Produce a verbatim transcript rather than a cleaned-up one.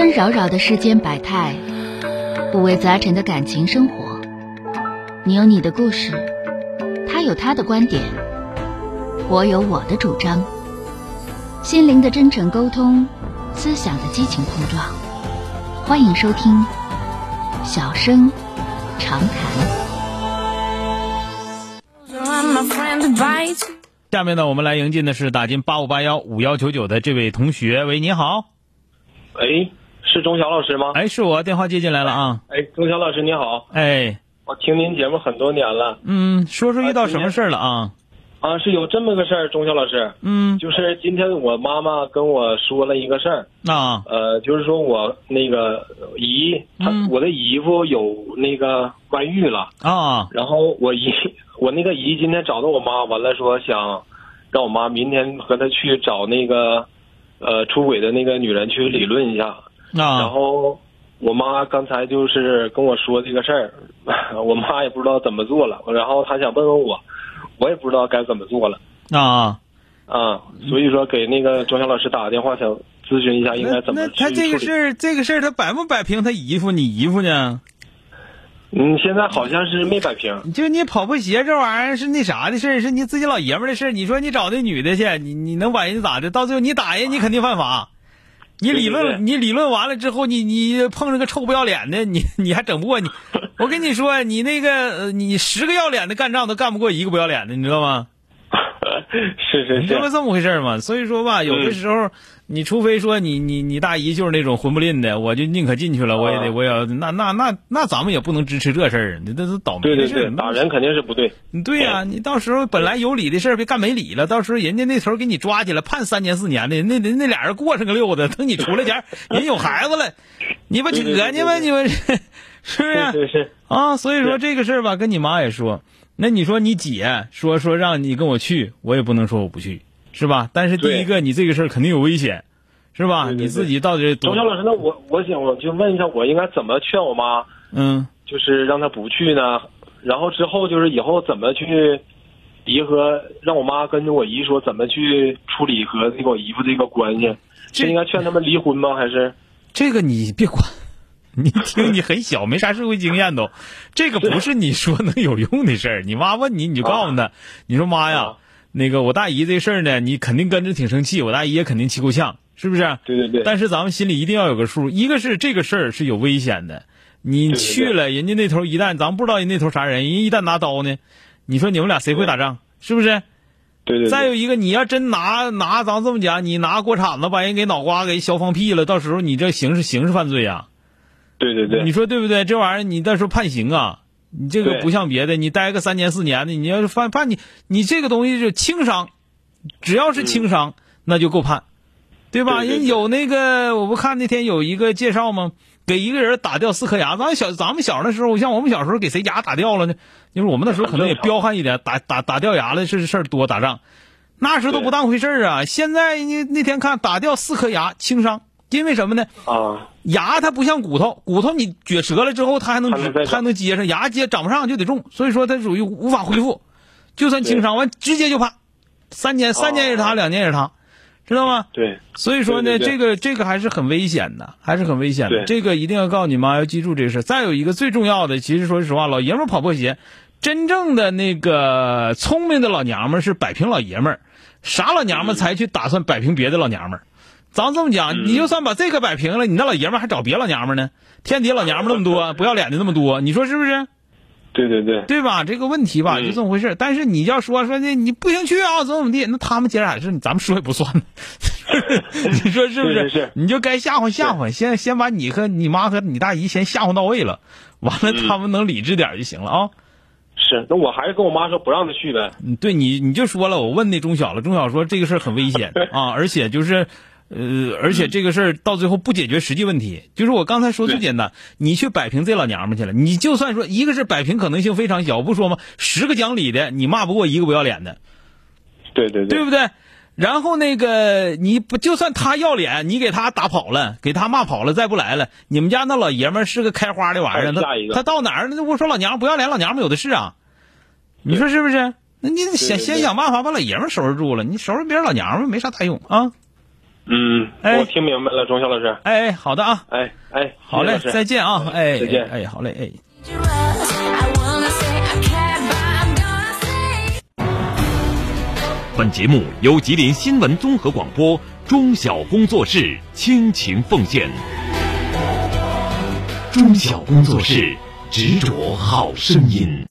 纷扰扰的世间百态，五味杂陈的感情生活。你有你的故事，他有他的观点，我有我的主张。心灵的真诚沟通，思想的激情碰撞。欢迎收听小声长谈。 下面呢，我们来迎进的是打进八五八幺五幺九九的这位同学。喂，你好。 喂，是钟晓老师吗？ 哎，是我，电话接进来了啊。 哎，钟晓老师你好。 哎， 我听您节目很多年了。 嗯，说说遇到什么事了啊？ 啊，是有这么个事儿，钟晓老师。 嗯， 就是今天我妈妈跟我说了一个事儿。 啊， 呃，就是说我那个姨，她、 嗯、 我的姨夫有那个外遇了啊。 然后我姨，我那个姨今天找到我妈，完了说想让我妈明天和她去找那个呃出轨的那个女人去理论一下。 啊。 然后我妈刚才就是跟我说这个事儿，我妈也不知道怎么做了，然后她想问问我，我也不知道该怎么做了。 啊啊，所以说给那个钟晓老师打个电话，想咨询一下应该怎么去处理。 那他这个事儿，这个事儿他摆不摆平他姨夫，你姨夫呢？ 嗯，现在好像是没摆平。 就你跑步鞋这玩意儿是那啥的事儿，是你自己老爷们儿的事儿。你说你找那女的去，你你能把人家咋的？到最后你打人，你肯定犯法。你理论， 对对对， 你理论完了之后，你你碰着个臭不要脸的，你你还整不过你。我跟你说，你那个你十个要脸的干仗都干不过一个不要脸的，你知道吗？ 是是是， 这不这么回事吗？所以说吧，有的时候、嗯、你除非说你你你大姨就是那种混不吝的，我就宁可进去了，我也得、啊、我也那那那那咱们也不能支持这事儿，你这是倒霉的事。 对对对，打人肯定是不对。 对呀、啊，你到时候本来有理的事儿别干没理了，到时候人家那头给你抓起来判三年四年的，那那那俩人过上个溜子，等你出来前人有孩子了，你不扯呢吗？你们是不是？ 是是是啊，所以说这个事儿吧，跟你妈也说。那你说你姐说说让你跟我去，我也不能说我不去，是吧？但是第一个，你这个事儿肯定有危险，是吧？ 对对对， 你自己到底钟晓老师，那我我想我就问一下，我应该怎么劝我妈？ 嗯， 就是让她不去呢？然后之后就是以后怎么去离合，让我妈跟着我姨说怎么去处理和这个我姨夫这个关系？是应该劝他们离婚吗？还是这个你别管？你听，你很小，没啥社会经验都，这个不是你说能有用的事儿。你妈问你，你就告诉她，啊、你说妈呀、啊，那个我大姨这事儿呢，你肯定跟着挺生气，我大姨也肯定气够呛，是不是？ 对对对。 但是咱们心里一定要有个数，一个是这个事儿是有危险的，你去了， 对对对， 人家那头一旦咱不知道人那头啥人，人家一旦拿刀呢，你说你们俩谁会打仗？是不是？ 对对对。 再有一个，你要真拿拿咱这么讲，你拿锅铲子把人给脑瓜给削放屁了，到时候你这刑事刑事犯罪呀、啊。 对对对， 你说对不对？这玩意儿你到时候判刑啊，你这个不像别的，你待个三年四年的，你要是判判你，你这个东西是轻伤，只要是轻伤、嗯、那就够判，对吧？ 对对对， 人有那个，我不看那天有一个介绍吗？给一个人打掉四颗牙，咱小咱们小的时候，像我们小时候给谁牙打掉了呢？就是我们那时候可能也彪悍一点，打打打掉牙的是事儿多，打仗那时候都不当回事儿啊。现在你那天看打掉四颗牙轻伤。因为什么呢？ 啊， 牙它不像骨头，骨头你撅折了之后，它还能它还能接上，牙接长不上就得种，所以说它属于无法恢复。就算轻伤完，直接就判三年，三年也是他，两年也是他，知道吗？ 对。 所以说呢， 对对对， 这个这个还是很危险的，还是很危险的。这个一定要告诉你妈，要记住这个事。再有一个最重要的，其实说实话，老爷们儿跑破鞋，真正的那个聪明的老娘们儿是摆平老爷们儿，傻老娘们儿才去打算摆平别的老娘们儿。咱这么讲，你就算把这个摆平了，你那老爷们还找别老娘们呢？天底下老娘们那么多，不要脸的那么多，你说是不是？ 对对对， 对吧？这个问题吧，就这么回事。但是你要说说那你不行去啊，怎么怎么地？那他们姐俩是，咱们说也不算。你说是不是？ 是是是， 你就该吓唬吓唬，先先把你和你妈和你大姨先吓唬到位了，完了他们能理智点就行了啊。 是，那我还是跟我妈说不让她去呗。 嗯，对你你就说了，我问那钟晓了，钟晓说这个事儿很危险啊，而且就是。呃，而且这个事儿到最后不解决实际问题，就是我刚才说最简单，你去摆平这老娘们去了，你就算说一个是摆平可能性非常小，我不说吗？十个讲理的，你骂不过一个不要脸的， 对对对， 对不对？然后那个你不就算他要脸，你给他打跑了，给他骂跑了，再不来了，你们家那老爷们是个开花的玩意儿，他他到哪儿？那我说老娘不要脸，老娘们有的是啊，你说是不是？那你先先想办法把老爷们收拾住了，你收拾别人老娘们没啥大用啊。 嗯， 哎我听明白了，钟晓老师。 哎，好的啊， 哎哎， 好嘞， 谢谢老师再见啊，哎， 再见。 哎，好嘞，哎。 本节目由吉林新闻综合广播中小工作室倾情奉献。中小工作室，执着好声音。